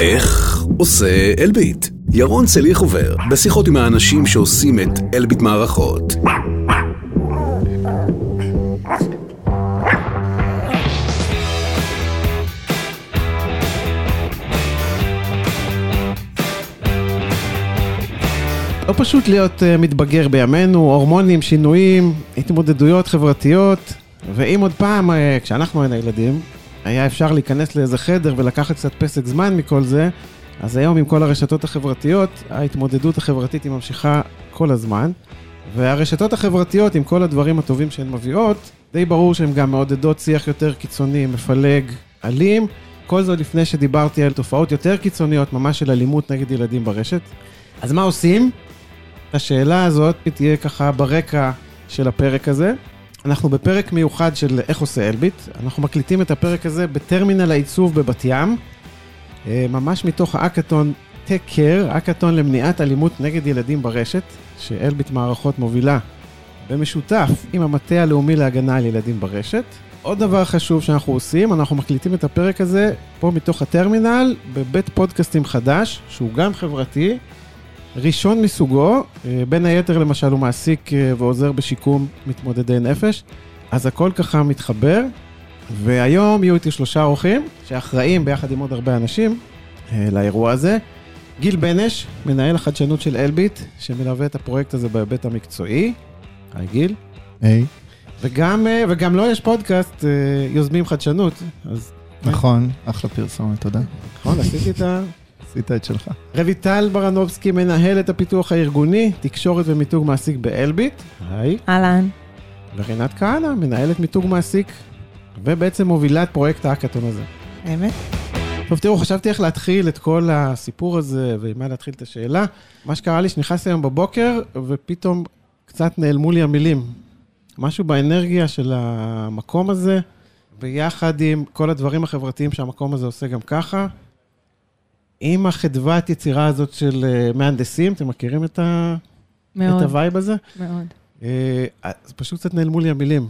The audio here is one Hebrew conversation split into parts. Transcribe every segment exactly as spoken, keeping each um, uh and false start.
איך עושה אלביט? ירון צליח עובר בשיחות עם האנשים שעושים את אלביט מערכות. לא פשוט להיות מתבגר בימינו, הורמונים, שינויים, התמודדויות חברתיות, ואם עוד פעם, כשאנחנו היינו ילדים, היה אפשר להיכנס לאיזה חדר ולקחת קצת פסק זמן מכל זה, אז היום עם כל הרשתות החברתיות, ההתמודדות החברתית היא ממשיכה כל הזמן, והרשתות החברתיות עם כל הדברים הטובים שהן מביאות, די ברור שהן גם מעודדות שיח יותר קיצוני, מפלג, אלים, כל זאת לפני שדיברתי על תופעות יותר קיצוניות, ממש של אלימות נגד ילדים ברשת. אז מה עושים? השאלה הזאת תהיה ככה ברקע של הפרק הזה. אנחנו בפרק מיוחד של איך עושה אלביט. אנחנו מקליטים את הפרק הזה בטרמינל העיצוב בבת ים, ממש מתוך האקתון Take Care, האקתון למניעת אלימות נגד ילדים ברשת, שאלביט מערכות מובילה במשותף עם המטה הלאומי להגנה על ילדים ברשת. עוד דבר חשוב שאנחנו עושים, אנחנו מקליטים את הפרק הזה פה מתוך הטרמינל, בבית פודקאסטים חדש, שהוא גם חברתי, ראשון מסוגו, בין היתר למשל הוא מעסיק ועוזר בשיקום מתמודדי נפש, אז הכל ככה מתחבר, והיום יהיו איתי שלושה אורחים שאחראים ביחד עם עוד הרבה אנשים לאירוע הזה. גיל בנש, מנהל החדשנות של אלביט, שמלווה את הפרויקט הזה בהיבט המקצועי. היי גיל. היי. וגם, וגם לא יש פודקאסט יוזמים חדשנות. אז נכון, אחלה פרסומת, תודה. נכון, עשיתי את ה... עשית את שלך. רויטל ברנובסקי, מנהלת הפיתוח הארגוני, תקשורת ומיתוג מעסיק באלביט. היי. אהלן. ורינת כהנא, מנהלת מיתוג מעסיק, ובעצם מובילת פרויקט האקתון הזה. באמת? טוב, תראו, חשבתי איך להתחיל את כל הסיפור הזה, ומה להתחיל את השאלה. מה שקרה לי, שנכנסתי היום בבוקר, ופתאום קצת נעלמו לי המילים. משהו באנרגיה של המקום הזה, ביחד עם כל הדברים החברתיים שהמקום הזה עושה גם ככה, עם החדוות יצירה הזאת של מהנדסים, אתם מכירים את ה... מאוד. את הווייב הזה? מאוד. אז פשוט קצת נעלמו לי המילים.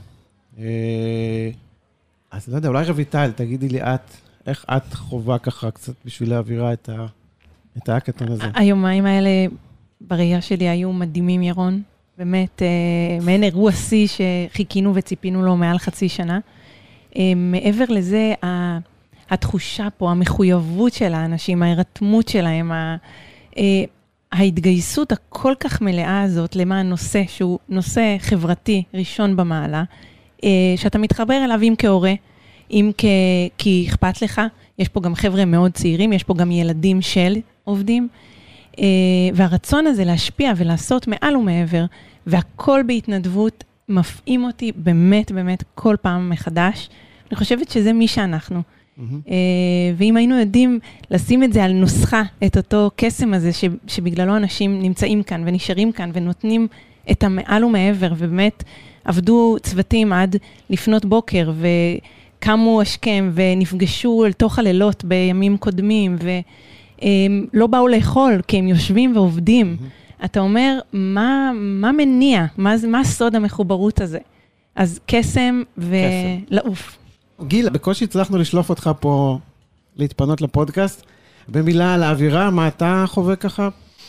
אז לא יודע, אולי רויטל, תגידי לי את, איך את חובה ככה קצת בשביל להעבירה את ה... את האקתון הזה? היומיים האלה בראייה שלי היו מדהימים, ירון. באמת, מעין אירוע שיא שחיכינו וציפינו לו מעל חצי שנה. מעבר לזה, התחושה פה, המחויבות של האנשים, ההירתמות שלהם, ההתגייסות הכל כך מלאה הזאת למען נושא שהוא נושא חברתי ראשון במעלה, שאתה מתחבר אליו אם כהורה, אם כ... כי אכפת לך, יש פה גם חבר'ה מאוד צעירים, יש פה גם ילדים של עובדים, והרצון הזה להשפיע ולעשות מעל ומעבר, והכל בהתנדבות מפעים אותי באמת באמת כל פעם מחדש. אני חושבת שזה מי שאנחנו. ואם היינו יודעים לשים את זה על נוסחה, את אותו קסם הזה שבגללו אנשים נמצאים כאן ונשארים כאן ונותנים את המעל ומעבר, ובאמת עבדו צוותים עד לפנות בוקר וקמו השכם ונפגשו אל תוך הלילות בימים קודמים ולא באו לאכול כי הם יושבים ועובדים. אתה אומר, מה, מה מניע? מה, מה הסוד המחוברות הזה? אז קסם ולעוף. גיל, בקושי הצלחנו לשלוף אותך פה להתפנות לפודקאסט. במילה על האווירה, מה אתה חווה ככה?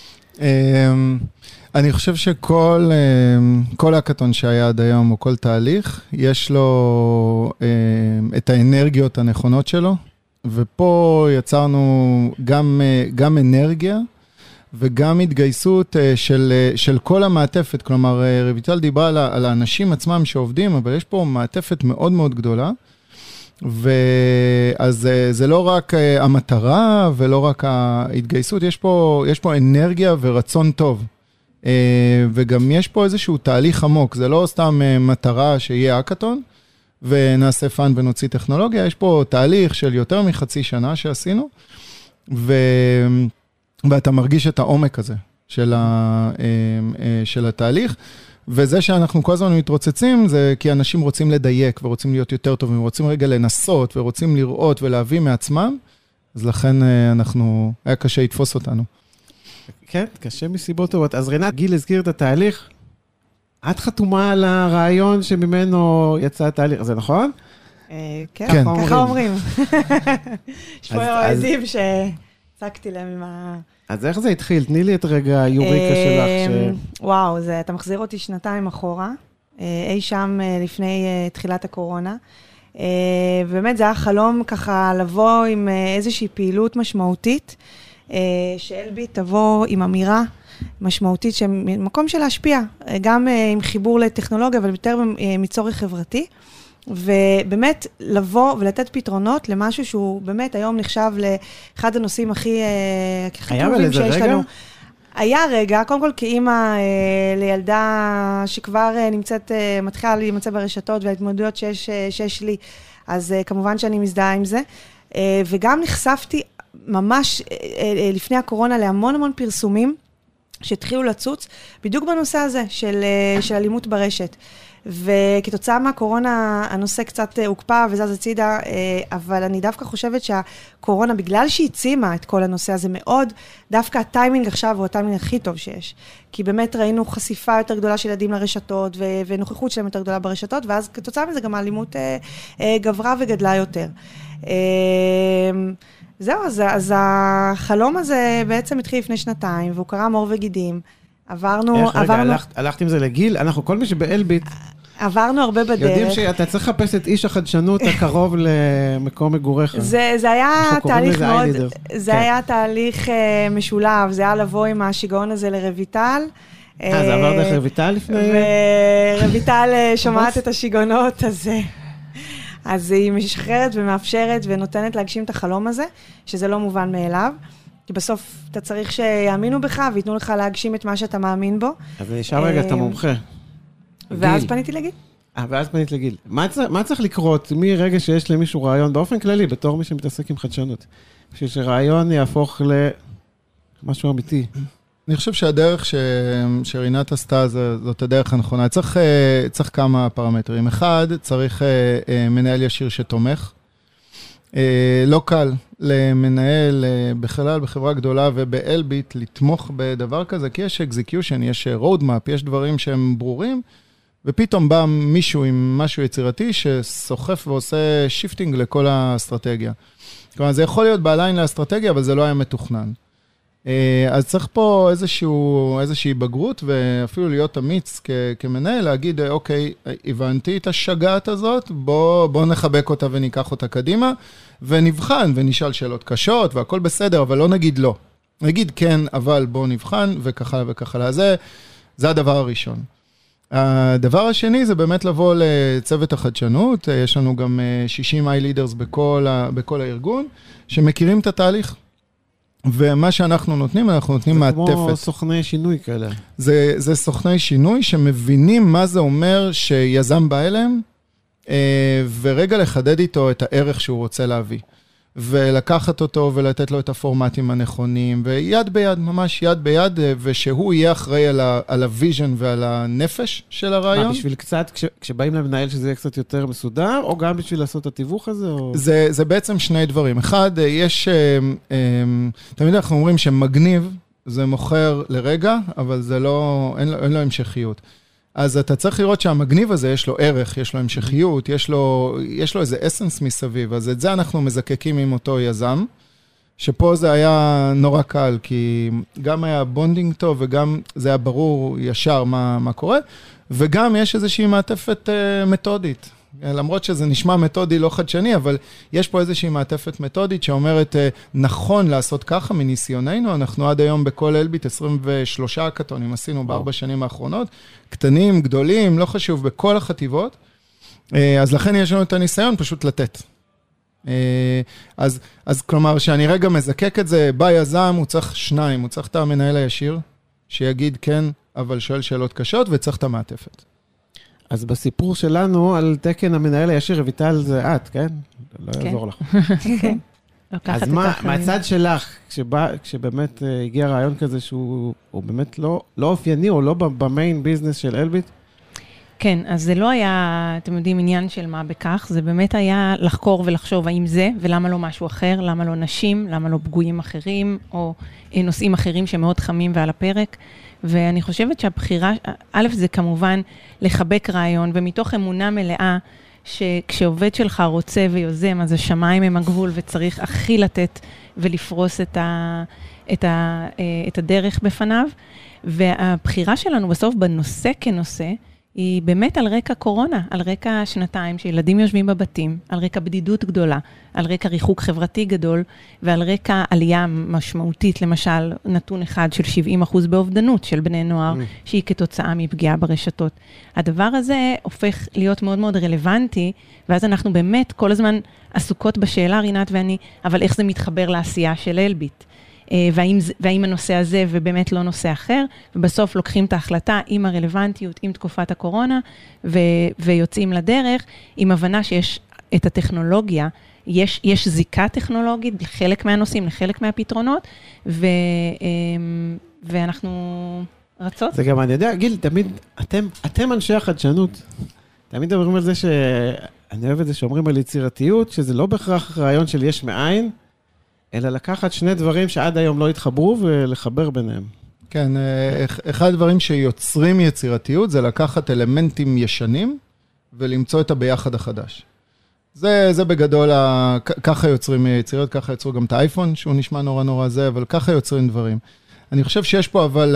אני חושב שכל כל האקתון שהיה עד היום, או כל תהליך, יש לו את האנרגיות הנכונות שלו, ופה יצרנו גם, גם אנרגיה, וגם התגייסות של, של כל המעטפת. כלומר, רויטל דיברה על, על האנשים עצמם שעובדים, אבל יש פה מעטפת מאוד מאוד גדולה, ואז זה לא רק המטרה ולא רק ההתגייסות, יש פה, יש פה אנרגיה ורצון טוב. וגם יש פה איזשהו תהליך עמוק, זה לא סתם מטרה שיהיה האקתון, ונעשה פן ונוציא טכנולוגיה, יש פה תהליך של יותר מחצי שנה שעשינו, ו... ואתה מרגיש את העומק הזה של, ה... של התהליך, וזה שאנחנו כל הזמן מתרוצצים, זה כי אנשים רוצים לדייק, ורוצים להיות יותר טובים, ורוצים רגע לנסות, ורוצים לראות ולהביא מעצמם, אז לכן אנחנו, היה קשה לתפוס אותנו. כן, קשה מסיבות טובות. אז רינת, גיל הזכיר את התהליך, את חתומה על הרעיון שממנו יצא התהליך, זה נכון? כן, ככה אומרים. יש פה יועדים ש... הפסקתי להם עם ה... אז איך זה התחיל? תני לי את רגע היוריקה שלך. וואו, אתה מחזיר אותי שנתיים אחורה, אי שם לפני תחילת הקורונה. באמת זה היה חלום ככה לבוא עם איזושהי פעילות משמעותית, שאלביט תבוא עם אמירה משמעותית, מקום של להשפיע, גם עם חיבור לטכנולוגיה, אבל יותר מצורך חברתי. ובאמת לבוא ולתת פתרונות למשהו שהוא באמת היום נחשב לאחד הנושאים הכי טובים שיש לנו. היה רגע, קודם כל כאימא לילדה שכבר נמצאת, מתחילה להימצא ברשתות וההתמודדויות שיש, שיש לי, אז כמובן שאני מזדהה עם זה. וגם נחשפתי ממש לפני הקורונה להמון המון פרסומים שהתחילו לצוץ, בדיוק בנושא הזה של, של אלימות ברשת. וכתוצאה מהקורונה הנושא קצת הוקפא וזז הצידה, אבל אני דווקא חושבת שהקורונה, בגלל שהיא הצימה את כל הנושא הזה מאוד, דווקא הטיימינג עכשיו הוא הטיימינג הכי טוב שיש. כי באמת ראינו חשיפה יותר גדולה של ילדים לרשתות, ונוכחות שלהם יותר גדולה ברשתות, ואז כתוצאה מזה גם האלימות גברה וגדלה יותר. זהו, אז, אז החלום הזה בעצם התחיל לפני שנתיים, והוא קרא מור וגידים. עברנו... איך רגע, הלכת, הלכת עם זה לגיל? אנחנו, כל מי שבאלביט... עברנו הרבה בדרך. יודעים שאתה צריך לחפש את איש החדשנות הקרוב למקום מגוריך. זה, זה היה תהליך מאוד... זה היה תהליך משולב, זה היה לבוא עם השיגעון הזה לרויטל. אה, זה עבר דרך רויטל לפני? ורויטל שומעת את השיגעונות הזה. אז היא משחררת ומאפשרת ונותנת להגשים את החלום הזה, שזה לא מובן מאליו. כי בסוף אתה צריך שיאמינו בך ויתנו לך להגשים את מה שאתה מאמין בו. אז אני אשאר רגע, אתה מומחה. ואז פניתי לגיל. אה, ואז פנית לגיל. מה, מה צריך לקרות מרגע שיש למישהו רעיון, באופן כללי, בתור מי שמתעסק עם חדשנות, בשביל שרעיון יהפוך למשהו אמיתי? אני חושב שהדרך ש... שרינת עשתה, זאת הדרך הנכונה. צריך, צריך כמה פרמטרים. אחד, צריך מנהל ישיר שתומך. לא קל למנהל בכלל, בחברה גדולה ובאלביט, לתמוך בדבר כזה, כי יש אקזיקיושן, יש רודמאפ, יש דברים שהם ברורים, ופתאום בא מישהו עם משהו יצירתי שסוחף ועושה שיפטינג לכל האסטרטגיה. כלומר, זה יכול להיות בעליין לאסטרטגיה, אבל זה לא היה מתוכנן. אז צריך פה איזשהו, איזושהי בגרות, ואפילו להיות אמיץ כ- כמנהל, להגיד, אוקיי, הבנתי את השגעת הזאת, בוא, בוא נחבק אותה וניקח אותה קדימה, ונבחן ונשאל שאלות קשות, והכל בסדר, אבל לא נגיד לא. נגיד כן, אבל בוא נבחן, וככה וככה. זה, זה הדבר הראשון. הדבר השני זה באמת לבוא לצוות החדשנות, יש לנו גם שישים איי-לידרס בכל, בכל הארגון, שמכירים את התהליך. ומה שאנחנו נותנים, אנחנו נותנים מעטפת. זה כמו סוכני שינוי כאלה. זה, זה סוכני שינוי שמבינים מה זה אומר שיזם בא אליהם, ורגע לחדד איתו את הערך שהוא רוצה להביא. ולקחת אותו ולתת לו את הפורמטים הנכונים, ויד ביד, ממש יד ביד, ושהוא יהיה אחראי על, ה, על הוויז'ן ועל הנפש של הרעיון. מה, בשביל קצת, כש, כשבאים למנהל שזה יהיה קצת יותר מסודר, או גם בשביל לעשות את התיווך הזה? או... זה, זה בעצם שני דברים. אחד, יש, תמיד אנחנו אומרים שמגניב, זה מוכר לרגע, אבל זה לא, אין לו, אין לו המשכיות. אז אתה צריך לראות שהמגניב הזה יש לו ערך, יש לו המשכיות, יש לו, יש לו איזה אסנס מסביב. אז את זה אנחנו מזקקים עם אותו יזם, שפה זה היה נורא קל, כי גם היה בונדינג טוב, וגם זה היה ברור ישר מה, מה קורה, וגם יש איזושהי מעטפת uh, מתודית. למרות שזה נשמע מתודי לא חדשני, אבל יש פה איזושהי מעטפת מתודית שאומרת, נכון לעשות ככה מניסיוננו, אנחנו עד היום בכל אלביט עשרים ושלושה קטונים עשינו בארבע שנים האחרונות, קטנים, גדולים, לא חשוב, בכל החטיבות, אז לכן יש לנו את הניסיון פשוט לתת. אז, אז כלומר, שאני רגע מזקק את זה, בא יזם, הוא צריך שניים, הוא צריך את המנהל הישיר, שיגיד כן, אבל שואל שאלות קשות, וצריך את המעטפת. אז בסיפור שלנו, על תקן המנהל הישיר, רויטל זה את, כן? לא יעזור לך. כן. אז מה, מהצד שלך, כשבאמת הגיע רעיון כזה שהוא באמת לא אופייני, או לא במיין ביזנס של אלביט? כן, אז זה לא היה, אתם יודעים, עניין של מה בכך, זה באמת היה לחקור ולחשוב האם זה, ולמה לא משהו אחר, למה לא נשים, למה לא פגועים אחרים, או נושאים אחרים שמאוד חמים ועל הפרק. ואני חושבת שהבחירה, א', זה כמובן לחבק רעיון, ומתוך אמונה מלאה שכשעובד שלך רוצה ויוזם, אז השמיים הם הגבול וצריך הכי לתת ולפרוס את, ה, את, ה, את הדרך בפניו. והבחירה שלנו בסוף בנושא כנושא, היא באמת על רקע קורונה, על רקע שנתיים שילדים יושבים בבתים, על רקע בדידות גדולה, על רקע ריחוק חברתי גדול, ועל רקע עלייה משמעותית, למשל נתון אחד של שבעים אחוז באובדנות של בני נוער, שהיא כתוצאה מפגיעה ברשתות. הדבר הזה הופך להיות מאוד מאוד רלוונטי, ואז אנחנו באמת כל הזמן עסוקות בשאלה, רינת ואני, אבל איך זה מתחבר לעשייה של אלביט? והאם, והאם הנושא הזה ובאמת לא נושא אחר, ובסוף לוקחים את ההחלטה עם הרלוונטיות, עם תקופת הקורונה, ו, ויוצאים לדרך, עם הבנה שיש את הטכנולוגיה, יש, יש זיקה טכנולוגית לחלק מהנושאים, לחלק מהפתרונות, ו, ואנחנו רצות. זה גם, אני יודע, גיל, תמיד, אתם, אתם אנשי החדשנות, תמיד מדברים על זה ש... אני אוהב את זה שאומרים על יצירתיות, שזה לא בהכרח רעיון של יש מאין, אלא לקחת שני דברים שעד היום לא התחברו ולחבר ביניהם. כן, אחד הדברים שיוצרים יצירתיות זה לקחת אלמנטים ישנים ולמצוא את הביחד החדש. זה, זה בגדול, ככה יוצרים יציריות, ככה יצרו גם את האייפון, שהוא נשמע נורא נורא זה, אבל ככה יוצרים דברים. אני חושב שיש פה, אבל,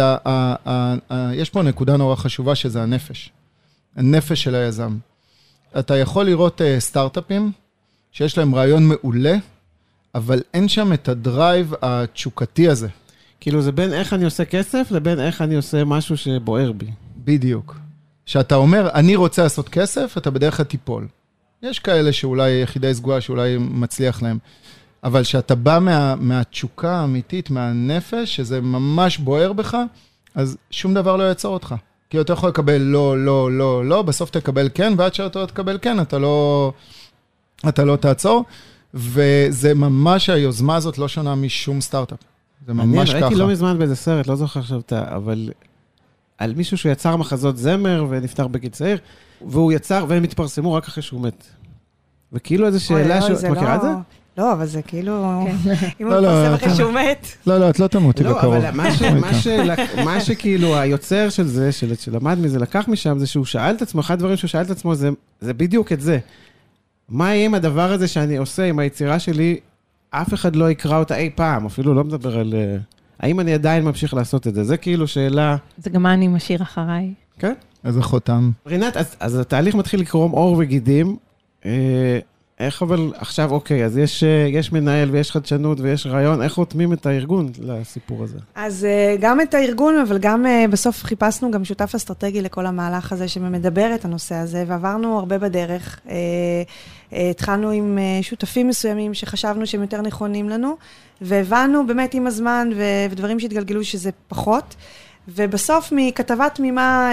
יש פה נקודה נורא חשובה שזה הנפש. הנפש של היזם. אתה יכול לראות סטארט-אפים שיש להם רעיון מעולה, אבל אין שם את הדרייב התשוקתי הזה. כאילו זה בין איך אני עושה כסף, לבין איך אני עושה משהו שבוער בי. בדיוק. שאתה אומר, אני רוצה לעשות כסף, אתה בדרך כלל תיפול. יש כאלה שאולי יחידי סגועה, שאולי מצליח להם. אבל שאתה בא מה, מהתשוקה האמיתית, מהנפש, שזה ממש בוער בך, אז שום דבר לא יעצור אותך. כי אתה יכול לקבל לא, לא, לא, לא, בסוף תקבל כן, ועד שאתה תקבל כן, אתה לא, אתה לא תעצור. וזה ממש, היוזמה הזאת לא שונה משום סטארט-אפ. זה ממש ככה. ראיתי לא מזמן באיזה סרט, לא זוכר עכשיו, אבל על מישהו שיצר מחזות זמר ונפטר בגיל צעיר, והוא יצר, והם התפרסמו רק אחרי שהוא מת. וכאילו איזו שאלה, את מכירה את זה? לא, אבל זה כאילו, אם הוא התפרסם אחרי שהוא מת. לא, לא, את לא תמותי בקרוב. לא, אבל מה שכאילו היוצר של זה, שלמד מזה, לקח משם, זה שהוא שאל את עצמו, אחד הדברים שהוא שאל את עצמו, זה בדיוק את זה. מה יהיה עם הדבר הזה שאני עושה עם היצירה שלי, אף אחד לא יקרא אותה אי פעם, אפילו לא מדבר על... האם אני עדיין ממשיך לעשות את זה? זה כאילו שאלה... זה גם מה אני משאיר אחריי. כן? איזה חותם. רינת, אז, אז התהליך מתחיל לקרום אור וגידים, אה, איך אבל עכשיו, אוקיי, אז יש, יש מנהל ויש חדשנות ויש רעיון, איך רותמים את הארגון לסיפור הזה? אז גם את הארגון, אבל גם בסוף חיפשנו גם שותף אסטרטגי לכל המהלך הזה, שמדבר את הנושא הזה, ועברנו הרבה בדרך. התחלנו עם שותפים מסוימים שחשבנו שהם יותר נכונים לנו, והבנו באמת עם הזמן ודברים שהתגלגלו שזה פחות, ובסוף מכתבה תמימה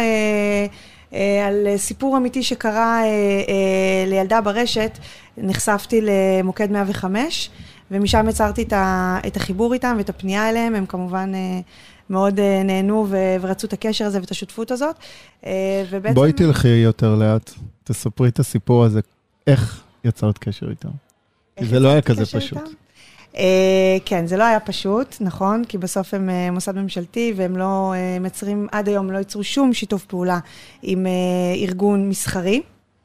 על סיפור אמיתי שקרה לילדה ברשת, נחשפתי למוקד מאה וחמש, ומשם יצרתי את החיבור איתם ואת הפנייה אליהם, הם כמובן מאוד נהנו ורצו את הקשר הזה ואת השותפות הזאת. בואי תלכי יותר לאט, תספרי את הסיפור הזה, איך יצרת קשר איתם? כי זה לא היה כזה פשוט. כן, זה לא היה פשוט, נכון, כי בסוף הם מוסד ממשלתי, והם לא מצרים, עד היום לא יצרו שום שיתוף פעולה עם ארגון מסחרי.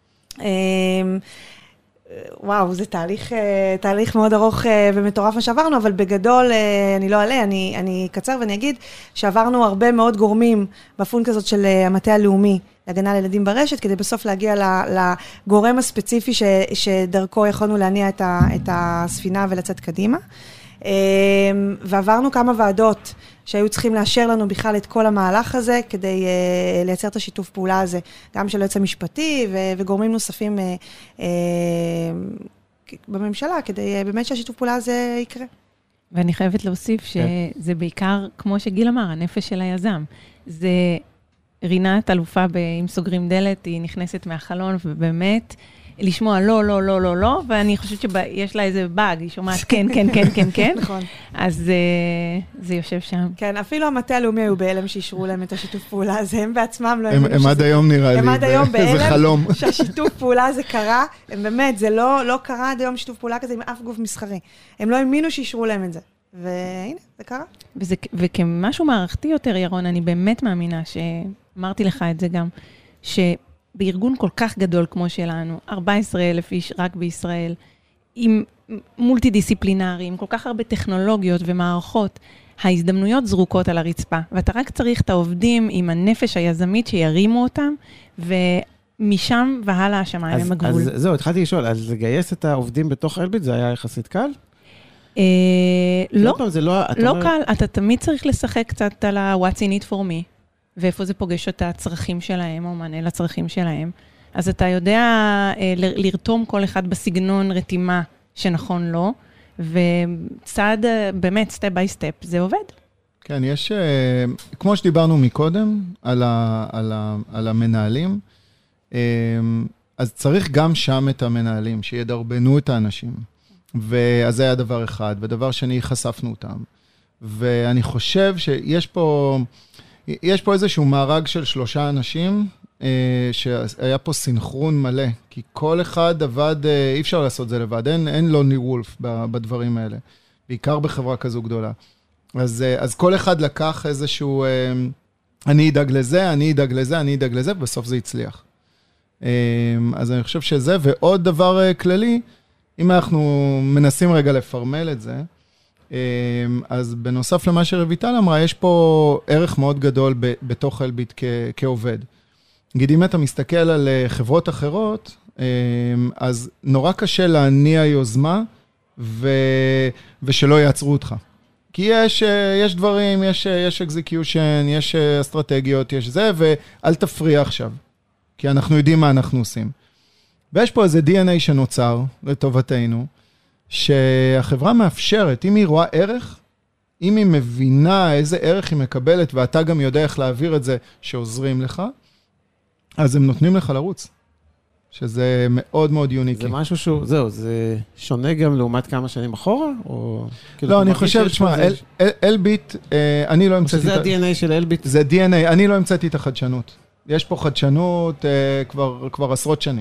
וואו, זה תהליך, תהליך מאוד ארוך ומטורף מה שעברנו, אבל בגדול, אני לא עלה, אני, אני אקצר ואני אגיד שעברנו הרבה מאוד גורמים בפונקציה הזאת של המטה הלאומי להגנה לילדים ברשת, כדי בסוף להגיע לגורם הספציפי ש, שדרכו יכולנו להניע את, ה, את הספינה ולצאת קדימה. ועברנו כמה ועדות שהיו צריכים לאשר לנו בכלל את כל המהלך הזה, כדי uh, לייצר את השיתוף פעולה הזה, גם של היועץ המשפטי ו- וגורמים נוספים uh, uh, בממשלה, כדי uh, באמת שהשיתוף פעולה הזה יקרה. ואני חייבת להוסיף שזה בעיקר, כמו שגיל אמר, הנפש של היזם. זה רינת, אלופה אם סוגרים דלת, היא נכנסת מהחלון, ובאמת לשמוע לא, לא, לא, לא, לא, ואני חושבת שיש לה איזה באג, היא שומעת כן, כן, כן, כן, כן. נכון. אז זה יושב שם. כן, אפילו המטה הלאומי היו בהלם שישרו להם את השיתוף פעולה הזה, הם בעצמם לא... הם עד היום נראה לי, הם עד היום בהלם שהשיתוף פעולה הזה קרה, הם באמת, זה לא קרה עד היום שיתוף פעולה כזה עם אף גוף מסחרי. הם לא האמינו שישרו להם את זה. והנה, זה קרה. וכמשהו מערכתי יותר, ירון, אני באמת מאמינה, שאמרתי לך את זה גם, ש... בארגון כל כך גדול כמו שלנו, ארבעה עשר אלף איש רק בישראל, עם מולטי-דיסציפלינרי, עם כל כך הרבה טכנולוגיות ומערכות, ההזדמנויות זרוקות על הרצפה, ואתה רק צריך את העובדים עם הנפש היזמית שירימו אותם, ומשם והלאה השמיים הם הגבול. אז זהו, התחלתי לשאול, אז לגייס את העובדים בתוך אלביט, זה היה יחסית קל? לא, לא קל, אתה תמיד צריך לשחק קצת על ה-What's in it for me, ואיפה זה פוגש את הצרכים שלהם, או מענה לצרכים שלהם. אז אתה יודע לרתום כל אחד בסגנון רתימה שנכון לו, וצעד, באמת, סטפ ביי סטפ, זה עובד. כן, יש, כמו שדיברנו מקודם, על, ה, על, ה, על המנהלים, אז צריך גם שם את המנהלים, שידרבנו את האנשים. ואז זה היה דבר אחד, ודבר שני, חשפנו אותם. ואני חושב שיש פה, יש פה איזשהו מארג של שלושה אנשים, שהיה פה סינכרון מלא, כי כל אחד עבד, אי אפשר לעשות זה לבד, אין, אין לוני וולף בדברים האלה, בעיקר בחברה כזו גדולה. אז, אז כל אחד לקח איזשהו, אני אדאג לזה, אני אדאג לזה, אני אדאג לזה, ובסוף זה הצליח. אז אני חושב שזה, ועוד דבר כללי, אם אנחנו מנסים רגע לפרמל את זה, אז בנוסף למה שרויטל אמרה, יש פה ערך מאוד גדול בתוך אלביט כ- כעובד. נגיד, אם אתה מסתכל על חברות אחרות, אז נורא קשה להניע יוזמה, ו... ושלא יעצרו אותך. כי יש, יש דברים, יש, יש execution, יש אסטרטגיות, יש זה, ואל תפריע עכשיו. כי אנחנו יודעים מה אנחנו עושים. ויש פה איזה די אן איי שנוצר לטובתנו, שהחברה מאפשרת, אם היא רואה ערך, אם היא מבינה איזה ערך היא מקבלת, ואתה גם יודע איך להעביר את זה שעוזרים לך, אז הם נותנים לך לרוץ. שזה מאוד מאוד יוניקי. זה משהו שהוא, זהו, זה שונה גם לעומת כמה שנים אחורה? או... לא, אני חושב, שמה, אלביט, אני לא המצאתי... שזה ה-די אן איי של אלביט? זה די אן איי, אני לא המצאתי את החדשנות. יש פה חדשנות כבר, כבר עשרות שנים.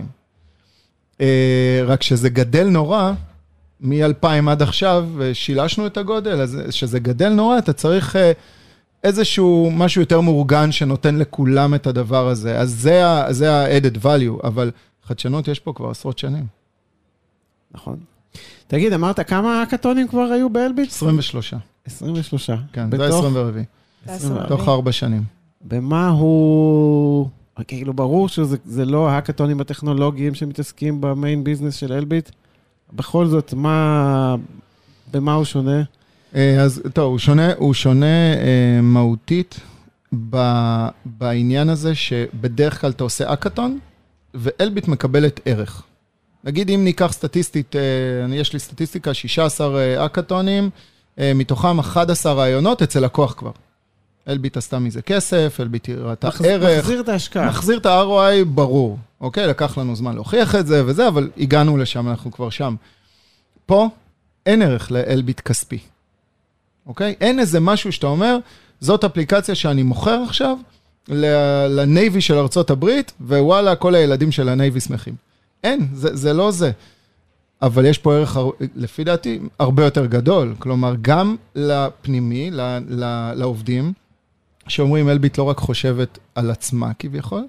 רק שזה גדל נורא, מ-אלפיים עד עכשיו, ושילשנו את הגודל, אז שזה גדל נורא, אתה צריך איזשהו משהו יותר מאורגן, שנותן לכולם את הדבר הזה. אז זה, זה ה-added value, אבל חדשנות יש פה כבר עשרות שנים. נכון. תגיד, אמרת, כמה הקטונים כבר היו באלביט? עשרים ושלוש. עשרים ושלוש. כן, זה עשרים וארבע. תוך ארבע שנים. במה הוא... כאילו ברור שזה זה לא הקטונים הטכנולוגיים שמתעסקים במיין ביזנס של אלביט. בכל זאת, מה... במה הוא שונה? אז טוב, הוא שונה, הוא שונה אה, מהותית ב, בעניין הזה שבדרך כלל אתה עושה הקטון, ואלביט מקבלת ערך. נגיד, אם ניקח סטטיסטית, אה, יש לי סטטיסטיקה, שישה עשר אה, הקטונים, אה, מתוכם אחד עשר רעיונות אצל לקוח כבר. אלביט עשתה מזה כסף, אלביט ראתה ערך. מחזיר את ההשקעה. מחזיר את ה-אר או איי ברור. אוקיי, לקח לנו זמן להוכיח את זה וזה, אבל הגענו לשם, אנחנו כבר שם. פה אין ערך לאלביט כספי. אוקיי? אין איזה משהו שאתה אומר, זאת אפליקציה שאני מוכר עכשיו, לנייבי של ארצות הברית, ווואלה, כל הילדים של הנייבי שמחים. אין, זה, זה לא זה. אבל יש פה ערך, לפי דעתי, הרבה יותר גדול. כלומר, גם לפנימי, ל, ל, לעובדים, שאומרים, אלביט לא רק חושבת על עצמה כביכול,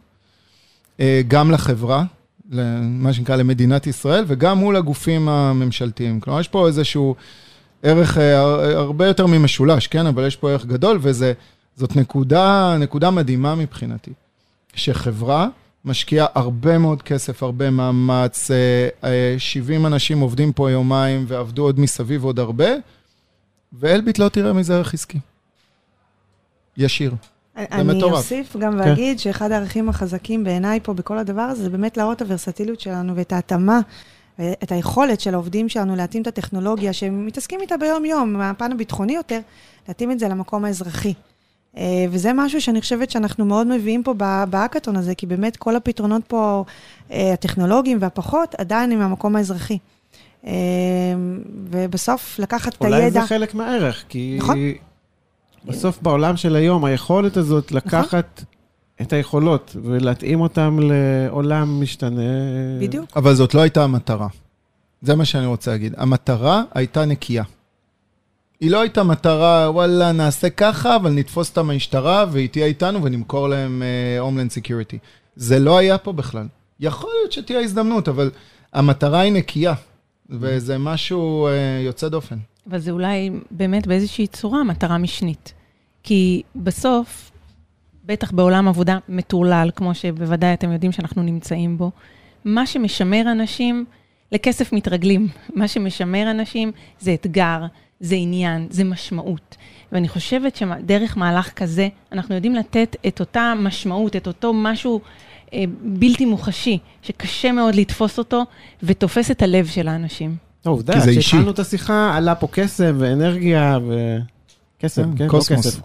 גם לחברה, מה שנקרא למדינת ישראל, וגם מול הגופים הממשלתיים. כלומר, יש פה איזשהו ערך הרבה יותר ממשולש, כן? אבל יש פה ערך גדול, וזאת נקודה, נקודה מדהימה מבחינתי. שחברה משקיעה הרבה מאוד כסף, הרבה מאמץ, שבעים אנשים עובדים פה יומיים, ועבדו עוד מסביב עוד הרבה, ואלביט לא תראה מזה ערך עסקי. ישיר. אני אוסיף גם ואגיד שאחד הערכים החזקים בעיניי פה בכל הדבר הזה, זה באמת להראות הוורסטיליות שלנו ואת ההתאמה, את היכולת של העובדים שלנו להתאים את הטכנולוגיה, שהם מתעסקים איתה ביום יום, מהפן הביטחוני יותר, להתאים את זה למקום האזרחי. וזה משהו שאני חושבת שאנחנו מאוד מביאים פה בהאקתון הזה, כי באמת כל הפתרונות פה, הטכנולוגיים והפחות, עדיין הם מהמקום האזרחי. ובסוף לקחת את הידע... אולי זה חלק מהערך, כי... נכון. בסוף בעולם של היום, היכולת הזאת לקחת את היכולות ולהתאים אותם לעולם משתנה. בדיוק. אבל זאת לא הייתה המטרה. זה מה שאני רוצה להגיד. המטרה הייתה נקייה. היא לא הייתה מטרה, וואלה, נעשה ככה, אבל נתפוס את המשטרה והיא תהיה איתנו ונמכור להם uh, Homeland Security. זה לא היה פה בכלל. יכול להיות שתהיה הזדמנות, אבל המטרה היא נקייה, וזה משהו יוצא דופן. אבל זה אולי באמת באיזושהי צורה מטרה משנית. כי בסוף, בטח בעולם עבודה מטורלל, כמו שבוודאי אתם יודעים שאנחנו נמצאים בו, מה שמשמר אנשים, לכסף מתרגלים. מה שמשמר אנשים זה אתגר, זה עניין, זה משמעות. ואני חושבת שדרך מהלך כזה, אנחנו יודעים לתת את אותה משמעות, את אותו משהו אה, בלתי מוחשי, שקשה מאוד לתפוס אותו, ותופס את הלב של האנשים. העובדה, כשהתחלנו את השיחה, עלה פה קסם ואנרגיה ו... קסם, כן? קוסמוס.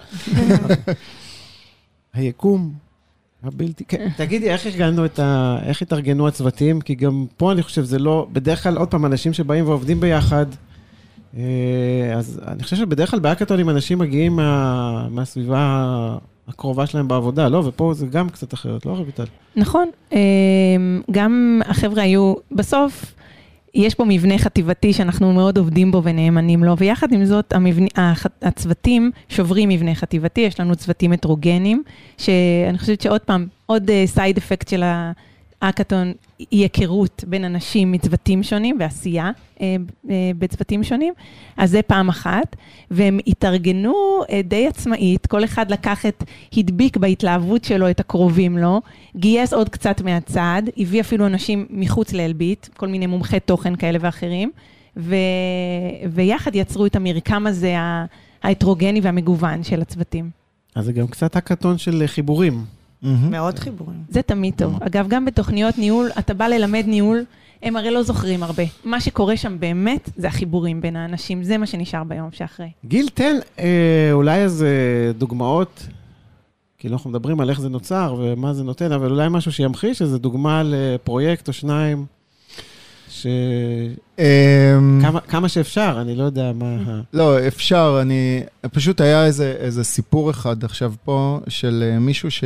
היקום, הבלתי... תגידי, איך ארגנו את ה... איך התארגנו הצוותים? כי גם פה אני חושב, זה לא... בדרך כלל, עוד פעם, אנשים שבאים ועובדים ביחד, אז אני חושב שבדרך כלל בהאקתונים אנשים מגיעים מה... מהסביבה הקרובה שלהם בעבודה, לא? ופה זה גם קצת אחרת, לא רויטל? נכון. גם החבר'ה היו... בסוף... יש פה מבנה חטיבתי שאנחנו מאוד עובדים בו ונאמנים לו, ויחד עם זאת, המבנה, הצוותים שוברים מבנה חטיבתי, יש לנו צוותים הטרוגנים, שאני חושבת שעוד פעם, עוד סייד אפקט של האקתון, היא היכרות בין אנשים מצוותים שונים, ועשייה בצוותים שונים, אז זה פעם אחת, והם התארגנו די עצמאית, כל אחד לקח את, הדביק בהתלהבות שלו את הקרובים לו, גייס עוד קצת מהצד, הביא אפילו אנשים מחוץ לאלביט, כל מיני מומחי תוכן כאלה ואחרים, ו... ויחד יצרו את המרקם הזה, ההטרוגני והמגוון של הצוותים. אז זה גם קצת האקתון של חיבורים. מאוד חיבורים. זה תמיד טוב. אגב, גם בתוכניות ניהול, אתה בא ללמד ניהול, הם הרי לא זוכרים הרבה. מה שקורה שם באמת, זה החיבורים בין האנשים, זה מה שנשאר ביום שאחרי. גיל, תן אה, אולי איזה דוגמאות, כי לא אנחנו מדברים על איך זה נוצר ומה זה נותן, אבל אולי משהו שימחיש, איזה דוגמה לפרויקט או שניים, ש... כמה, כמה שאפשר, אני לא יודע מה... לא, אפשר, אני... פשוט היה איזה, איזה סיפור אחד עכשיו פה, של מישהו ש...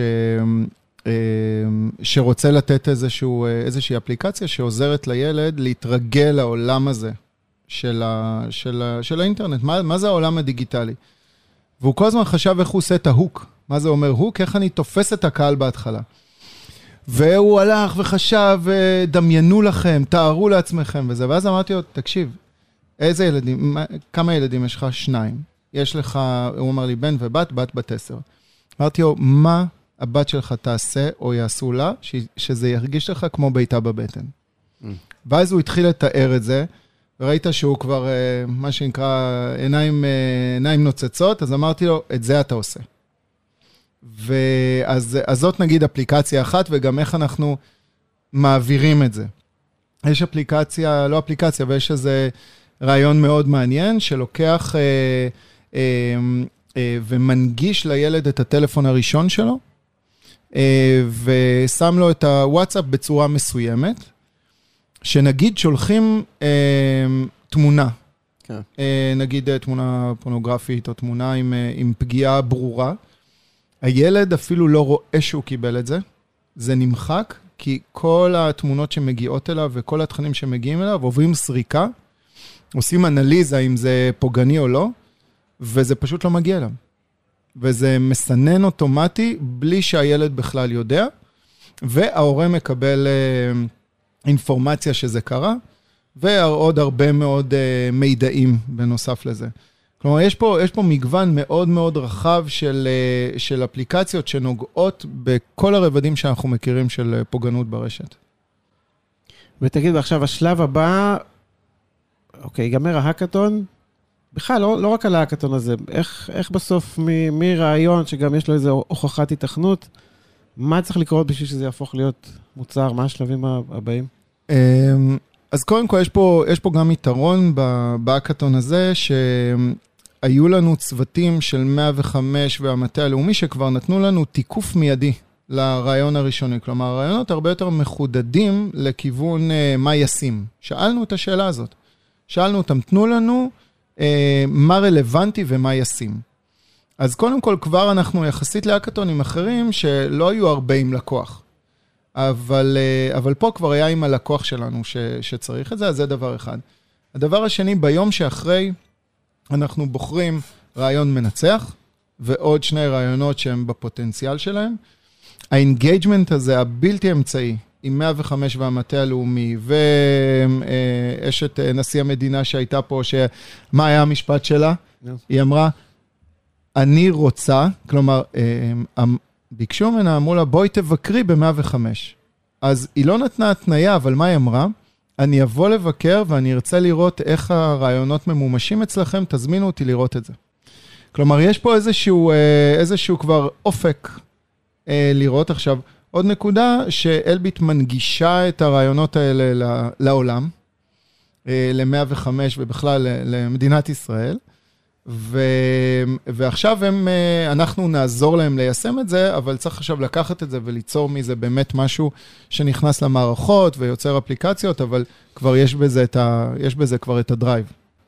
שרוצה לתת איזשהו, איזושהי אפליקציה שעוזרת לילד להתרגל לעולם הזה של, ה, של, ה, של האינטרנט. מה, מה זה העולם הדיגיטלי? והוא כל הזמן חשב איך הוא עושה את ההוק. מה זה אומר הוק? איך אני תופס את הקהל בהתחלה. והוא הלך וחשב, דמיינו לכם, תארו לעצמכם וזה. ואז אמרתי לו, תקשיב, איזה ילדים, מה, כמה ילדים יש לך? שניים. יש לך, הוא אמר לי, בן ובת, בת בת עשר. אמרתי לו, מה הבת שלך תעשה או יעשו לה, ש, שזה ירגיש לך כמו ביתה בבטן. Mm. ואז הוא התחיל לתאר את זה, וראית שהוא כבר, מה שנקרא, עיניים, עיניים נוצצות, אז אמרתי לו, את זה אתה עושה. ואז אז זאת נגיד אפליקציה אחת, וגם איך אנחנו מעבירים את זה. יש אפליקציה, לא אפליקציה, ויש איזה רעיון מאוד מעניין, שלוקח אה, אה, אה, ומנגיש לילד את הטלפון הראשון שלו, אה, ושם לו את הוואטסאפ בצורה מסוימת, שנגיד שולחים אה, תמונה, כן. אה, נגיד תמונה פורנוגרפית, או תמונה עם, עם פגיעה ברורה, הילד אפילו לא רואה שהוא קיבל את זה, זה נמחק, כי כל התמונות שמגיעות אליו וכל התכנים שמגיעים אליו עוברים סריקה, עושים אנליזה אם זה פוגעני או לא, וזה פשוט לא מגיע אליו. וזה מסנן אוטומטי בלי שהילד בכלל יודע, וההורה מקבל אה, אינפורמציה שזה קרה, ועוד הרבה מאוד אה, מידעים בנוסף לזה. כלומר, יש פה, יש פה מגוון מאוד מאוד רחב של, של אפליקציות שנוגעות בכל הרבדים שאנחנו מכירים של פוגענות ברשת. ותגיד, עכשיו השלב הבא, אוקיי, ייגמר ההאקתון, בכלל, לא, לא רק על ההאקתון הזה, איך, איך בסוף מ, מרעיון שגם יש לו איזו הוכחת התכנות, מה צריך לקרות בשביל שזה יהפוך להיות מוצר, מה השלבים הבאים? אז קודם כל, יש פה, יש פה גם יתרון בהאקתון הזה, שהיו לנו צוותים של מאה וחמש והמטה הלאומי, שכבר נתנו לנו תיקוף מיידי לרעיון הראשוני. כלומר, הרעיונות הרבה יותר מחודדים לכיוון מה ישים. שאלנו את השאלה הזאת. שאלנו אותם, תנו לנו מה רלוונטי ומה ישים. אז קודם כל, כבר אנחנו יחסית להאקתונים אחרים, שלא היו הרבה עם לקוח. אבל, אבל פה כבר היה עם הלקוח שלנו ש, שצריך את זה, אז זה דבר אחד. הדבר השני, ביום שאחרי, אנחנו בוחרים רעיון מנצח, ועוד שני רעיונות שהם בפוטנציאל שלהם. האינגייג'מנט הזה, הבלתי אמצעי, עם מאה וחמש והמטה הלאומי, ואשת נשיא המדינה שהייתה פה, שמה היה המשפט שלה? היא אמרה, אני רוצה, כלומר, ביקשו ממנה, אמרו לה, בואי תבקרי ב-מאה וחמש. אז היא לא נתנה התניה, אבל מה היא אמרה? אני אבוא לבקר ואני ארצה לראות איך הרעיונות ממומשים אצלכם, תזמינו אותי לראות את זה. כלומר, יש פה איזשהו, איזשהו כבר אופק לראות. עכשיו, עוד נקודה שאלביט מנגישה את הרעיונות האלה לעולם, ל-מאה וחמש ובכלל למדינת ישראל, ו... ועכשיו הם, אנחנו נעזור להם ליישם את זה, אבל צריך עכשיו לקחת את זה וליצור מזה באמת משהו שנכנס למערכות ויוצר אפליקציות, אבל כבר יש בזה, את ה... יש בזה כבר את הדרייב.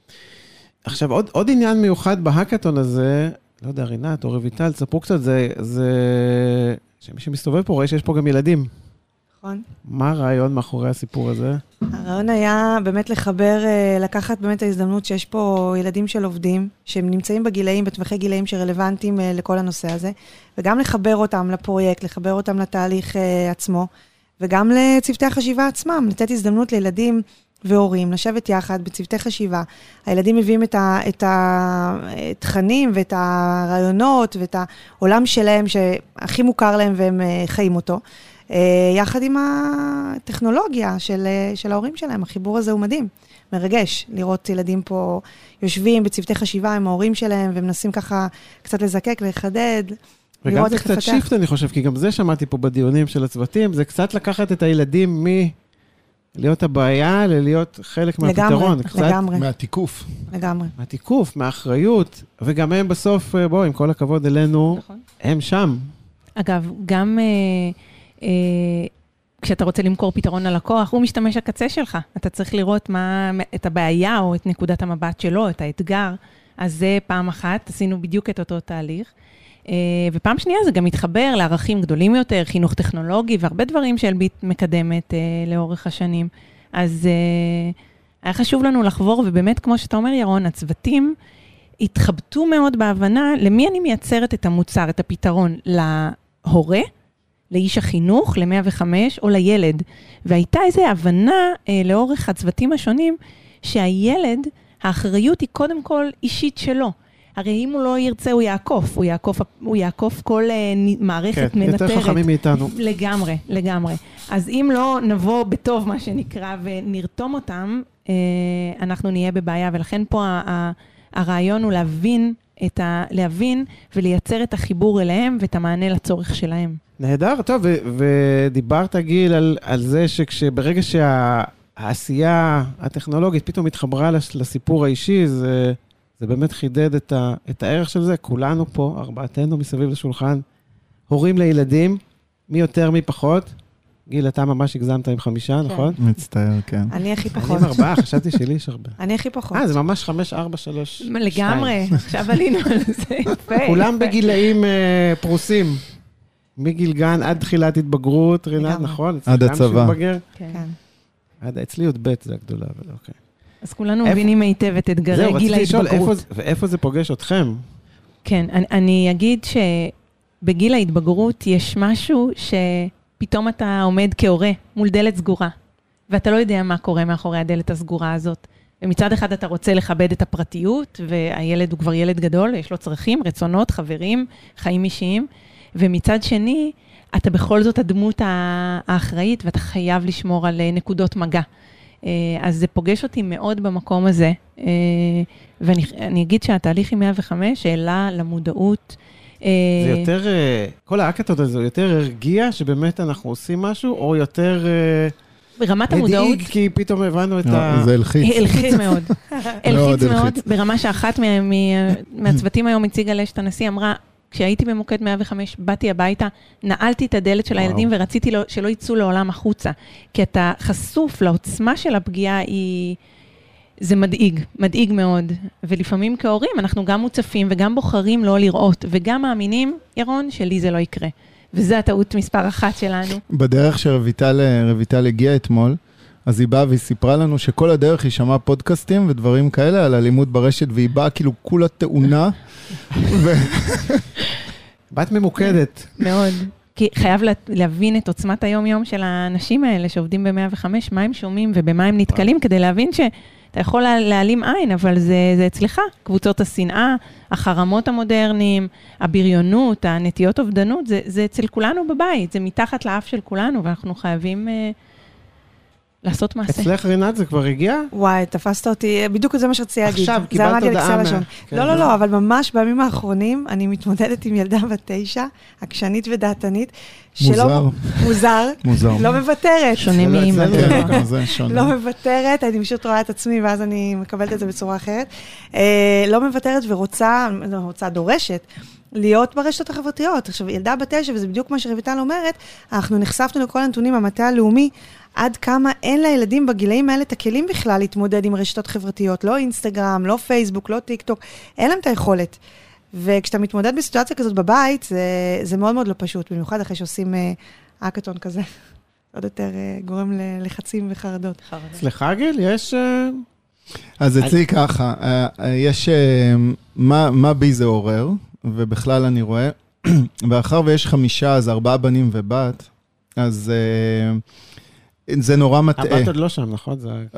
עכשיו, עוד, עוד עניין מיוחד בהאקתון הזה, לא יודע, רינת או רויטל, תספרו קצת, זה, זה שמי שמסתובב פה רואה שיש פה גם ילדים. נכון. מה הרעיון מאחורי הסיפור הזה? הרעיון היה באמת לחבר, לקחת באמת ההזדמנות שיש פה ילדים של עובדים, שהם נמצאים בגילאים, בטווחי גילאים שרלוונטיים לכל הנושא הזה, וגם לחבר אותם לפרויקט, לחבר אותם לתהליך עצמו, וגם לצוותי החשיבה עצמם, לתת הזדמנות לילדים והורים, לשבת יחד בצוותי חשיבה. הילדים מביאים את, ה, את התכנים ואת הרעיונות ואת העולם שלהם שהכי מוכר להם והם חיים אותו. יחד עם הטכנולוגיה של, של ההורים שלהם. החיבור הזה הוא מדהים, מרגש, לראות ילדים פה יושבים בצוותי חשיבה עם ההורים שלהם, ומנסים ככה קצת לזקק, לחדד, וגם זה קצת שיפט, אני חושב, כי גם זה שמעתי פה בדיונים של הצוותים, זה קצת לקחת את הילדים מ... להיות הבעיה, ללהיות חלק מהפתרון. לגמרי, קצת לגמרי. מהתיקוף. לגמרי. מהתיקוף, מהאחריות, וגם הם בסוף, בוא, עם כל הכבוד אלינו, נכון. הם שם. אגב, גם... אה, כשאתה רוצה למכור פתרון ללקוח, הוא משתמש הקצה שלך. אתה צריך לראות מה, את הבעיה או את נקודת המבט שלו, את האתגר. אז זה פעם אחת, עשינו בדיוק את אותו תהליך. ופעם שנייה זה גם מתחבר לערכים גדולים יותר, חינוך טכנולוגי, והרבה דברים שאלביט מקדמת לאורך השנים. אז היה חשוב לנו לחבור, ובאמת, כמו שאתה אומר, ירון, הצוותים התחבטו מאוד בהבנה למי אני מייצרת את המוצר, את הפתרון, להורה, לאיש החינוך, ל-מאה וחמש, או לילד. והייתה איזו הבנה אה, לאורך הצוותים השונים, שהילד, האחריות היא קודם כל אישית שלו. הרי אם הוא לא ירצה, הוא יעקוף. הוא יעקוף, הוא יעקוף כל אה, מערכת כן, מנטרת. יותר חכמים מאיתנו. לגמרי, לגמרי. אז אם לא נבוא בטוב, מה שנקרא, ונרתום אותם, אה, אנחנו נהיה בבעיה. ולכן פה ה- ה- הרעיון הוא להבין, את ה- להבין ולייצר את החיבור אליהם ואת המענה לצורך שלהם. נהדר, טוב, ו- ודיברת גיל על, על זה שכשברגע שהעשייה הטכנולוגית פתאום התחברה לסיפור האישי, זה, זה באמת חידד את, ה- את הערך של זה. כולנו פה, ארבעתנו מסביב לשולחן, הורים לילדים, מי יותר מי פחות. גיל, אתה ממש הגזמת עם חמישה, כן. נכון? מצטער, כן. אני הכי אני פחות. עם ארבעה, חשבתי שלי יש הרבה. אני הכי פחות. אה, זה ממש חמש, ארבע, שלוש, לגמרי, עכשיו עלינו על זה, יפה. כולם בגילאים אה, פרוסים. מגיל גן עד תחילת התבגרות, רינת, לגמרי. נכון? עד אצלי גם הצבא. שהוא בגר? כן. כן. עד, אצלי עוד ב' זה הגדולה, אבל אוקיי. אז כולנו איפה- מבינים היטב את זהו, אתגרי גיל רציתי לשאול, איפה ההתבגרות. זה- ואיפה זה פוגש אתכם? כן, אני, אני אגיד שבגיל ההתבגרות יש משהו שפתאום אתה עומד כהורה מול דלת סגורה, ואתה לא יודע מה קורה מאחורי הדלת הסגורה הזאת. ומצד אחד אתה רוצה לכבד את הפרטיות, והילד הוא כבר ילד גדול, יש לו צרכים, רצונות, חברים, חיים אישיים, ומצד שני, אתה בכל זאת הדמות האחראית, ואתה חייב לשמור על נקודות מגע. אז זה פוגש אותי מאוד במקום הזה, ואני אני אגיד שהתהליך עם מאה וחמש העלה למודעות. זה יותר, אה, כל האקטות הזה, הוא יותר הרגיע שבאמת אנחנו עושים משהו, או יותר אה, ברמת המודעות, הדאיג, כי פתאום הבנו את לא, ה... זה הלחיץ. הלחיץ מאוד. הלחיץ מאוד מאוד, הלחיץ. ברמה שאחת מה- מה- מהצוותים היום הציגה לאשת הנשיא, אמרה, כשהייתי במוקד מאה וחמש, באתי הביתה, נעלתי את הדלת של הילדים ורציתי לו- שלא יצאו לעולם החוצה. כי אתה חשוף לעוצמה של הפגיעה, היא... זה מדאיג, מדאיג מאוד. ולפעמים כהורים אנחנו גם מוצפים וגם בוחרים לא לראות, וגם מאמינים, ירון, שלי זה לא יקרה. וזו הטעות מספר אחת שלנו. בדרך שרויטל רויטל הגיעה אתמול, אז היא באה והיא סיפרה לנו שכל הדרך היא שמעה פודקאסטים ודברים כאלה על אלימות ברשת, והיא באה כאילו כולה טעונה. ו- בת ממוקדת. מאוד. כי חייב להבין את עוצמת היום-יום של האנשים האלה שעובדים ב-מאה וחמש, מה הם שומעים ובמה הם נתקלים, כדי להבין שאתה יכול להעלים עין, אבל זה, זה אצלך. קבוצות השנאה, החרמות המודרניים, הבריונות, הנטיות אובדנות, זה, זה אצל כולנו בבית, זה מתחת לאף של כולנו, ואנחנו חייבים אה, לעשות מעשה. אצלך רינת זה כבר הגיע? וואי, תפסת אותי, בדיוק זה מה שרציתי להגיד. עכשיו, קיבלת הודעה מה... כן. לא, לא, לא, אבל ממש בימים האחרונים, אני מתמודדת עם ילדה בת תשע, עקשנית ודעתנית, מוזר. מוזר. מוזר. לא מוותרת. שונים מאמא. לא מוותרת, אני פשוט רואה את עצמי, ואז אני מקבלת את זה בצורה אחרת. לא מוותרת ורוצה, רוצה דורשת, להיות ברשתות החברתיות. עכשיו, ילדה בת תשע, וזה בדיוק מה שרויטל אומרת, אנחנו נחשפנו לכל הנתונים במטה הלאומי, עד כמה אין לילדים בגילאים האלה את הכלים בכלל להתמודד עם רשתות חברתיות, לא אינסטגרם, לא פייסבוק, לא טיק טוק, אין להם את היכולת. וכשאתה מתמודד בסיטואציה כזאת בבית, זה, זה מאוד מאוד לא פשוט, במיוחד אחרי שעושים uh, אקאטון כזה. עוד יותר uh, גורם ללחצים וחרדות. אצלך גיל, יש... Uh... אז אצלי ככה, uh, יש... Uh, מה, מה בי זה עורר, ובכלל אני רואה, ואחר ויש חמישה, אז ארבעה בנים ובת, אז... Uh, זה נורא מטעה. הבת עוד לא שם, נכון?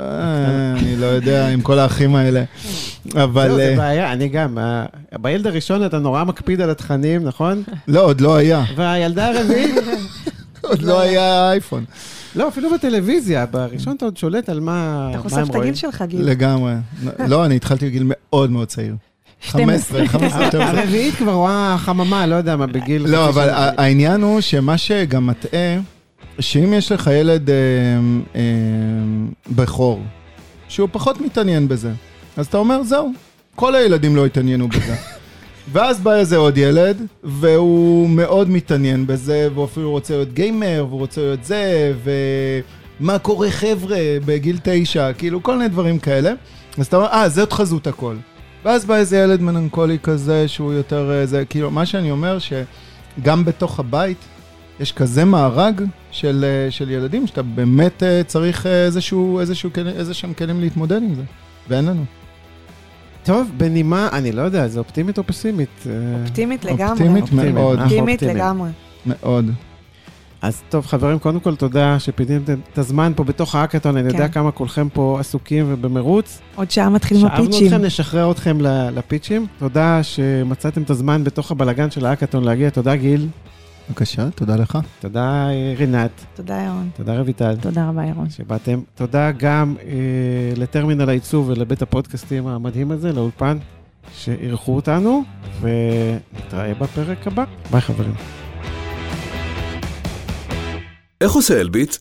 אני לא יודע, עם כל האחים האלה. אבל... זה בעיה, אני גם. בילד הראשון אתה נורא מקפיד על התכנים, נכון? לא, עוד לא היה. והילדה הרביעית? עוד לא היה אייפון. לא, אפילו בטלוויזיה. בראשון אתה עוד שולט על מה הם רואים. אתה חושף את הגיל שלך, גיל. לגמרי. לא, אני התחלתי בגיל מאוד מאוד צעיר. חמש עשרה, חמש עשרה. הרביעית כבר רואה חממה, לא יודע מה, בגיל... לא, אבל העניין הוא שמה שגם מטעה, שאם יש לך ילד אה, אה, בחור, שהוא פחות מתעניין בזה, אז אתה אומר, זהו, כל הילדים לא התעניינו בזה. ואז בא איזה עוד ילד, והוא מאוד מתעניין בזה, והוא אפילו רוצה להיות גיימר, והוא רוצה להיות זה, ומה קורה חבר'ה בגיל תשע, כאילו כל מיני דברים כאלה. אז אתה אומר, אה, זה עוד חזות הכל. ואז בא איזה ילד מננקולי כזה, שהוא יותר, זה, כאילו, מה שאני אומר, שגם בתוך הבית, יש כזה מארג של, של ילדים, שאתה באמת צריך איזשהו, איזשהו, איזשהם כלים להתמודד עם זה, ואין לנו. טוב, בנימה, אני לא יודע, זה אופטימית או פסימית? אופטימית לגמרי. אופטימית מאוד. אופטימית לגמרי. מאוד. אז טוב, חברים, קודם כל תודה שפיניתם את הזמן פה בתוך האקאטון, אני יודע כמה כולכם פה עסוקים ובמרוץ. עוד שעה מתחילים הפיצ'ים. שאבנו אתכם, נשחרר אתכם לפיצ'ים. תודה שמצאתם את הזמן בתוך הבלגן של האקאטון להגיע. תודה, גיל. בבקשה, תודה לך. תודה, רינת. תודה, ירון. תודה, רויטל. תודה רבה, ירון. שבאתם. תודה גם אה, לטרמינל העיצוב ולבית הפודקאסטים המדהים הזה, לאולפן, שערכו אותנו, ונתראה בפרק הבא. ביי, חברים. איך עושה אלביט?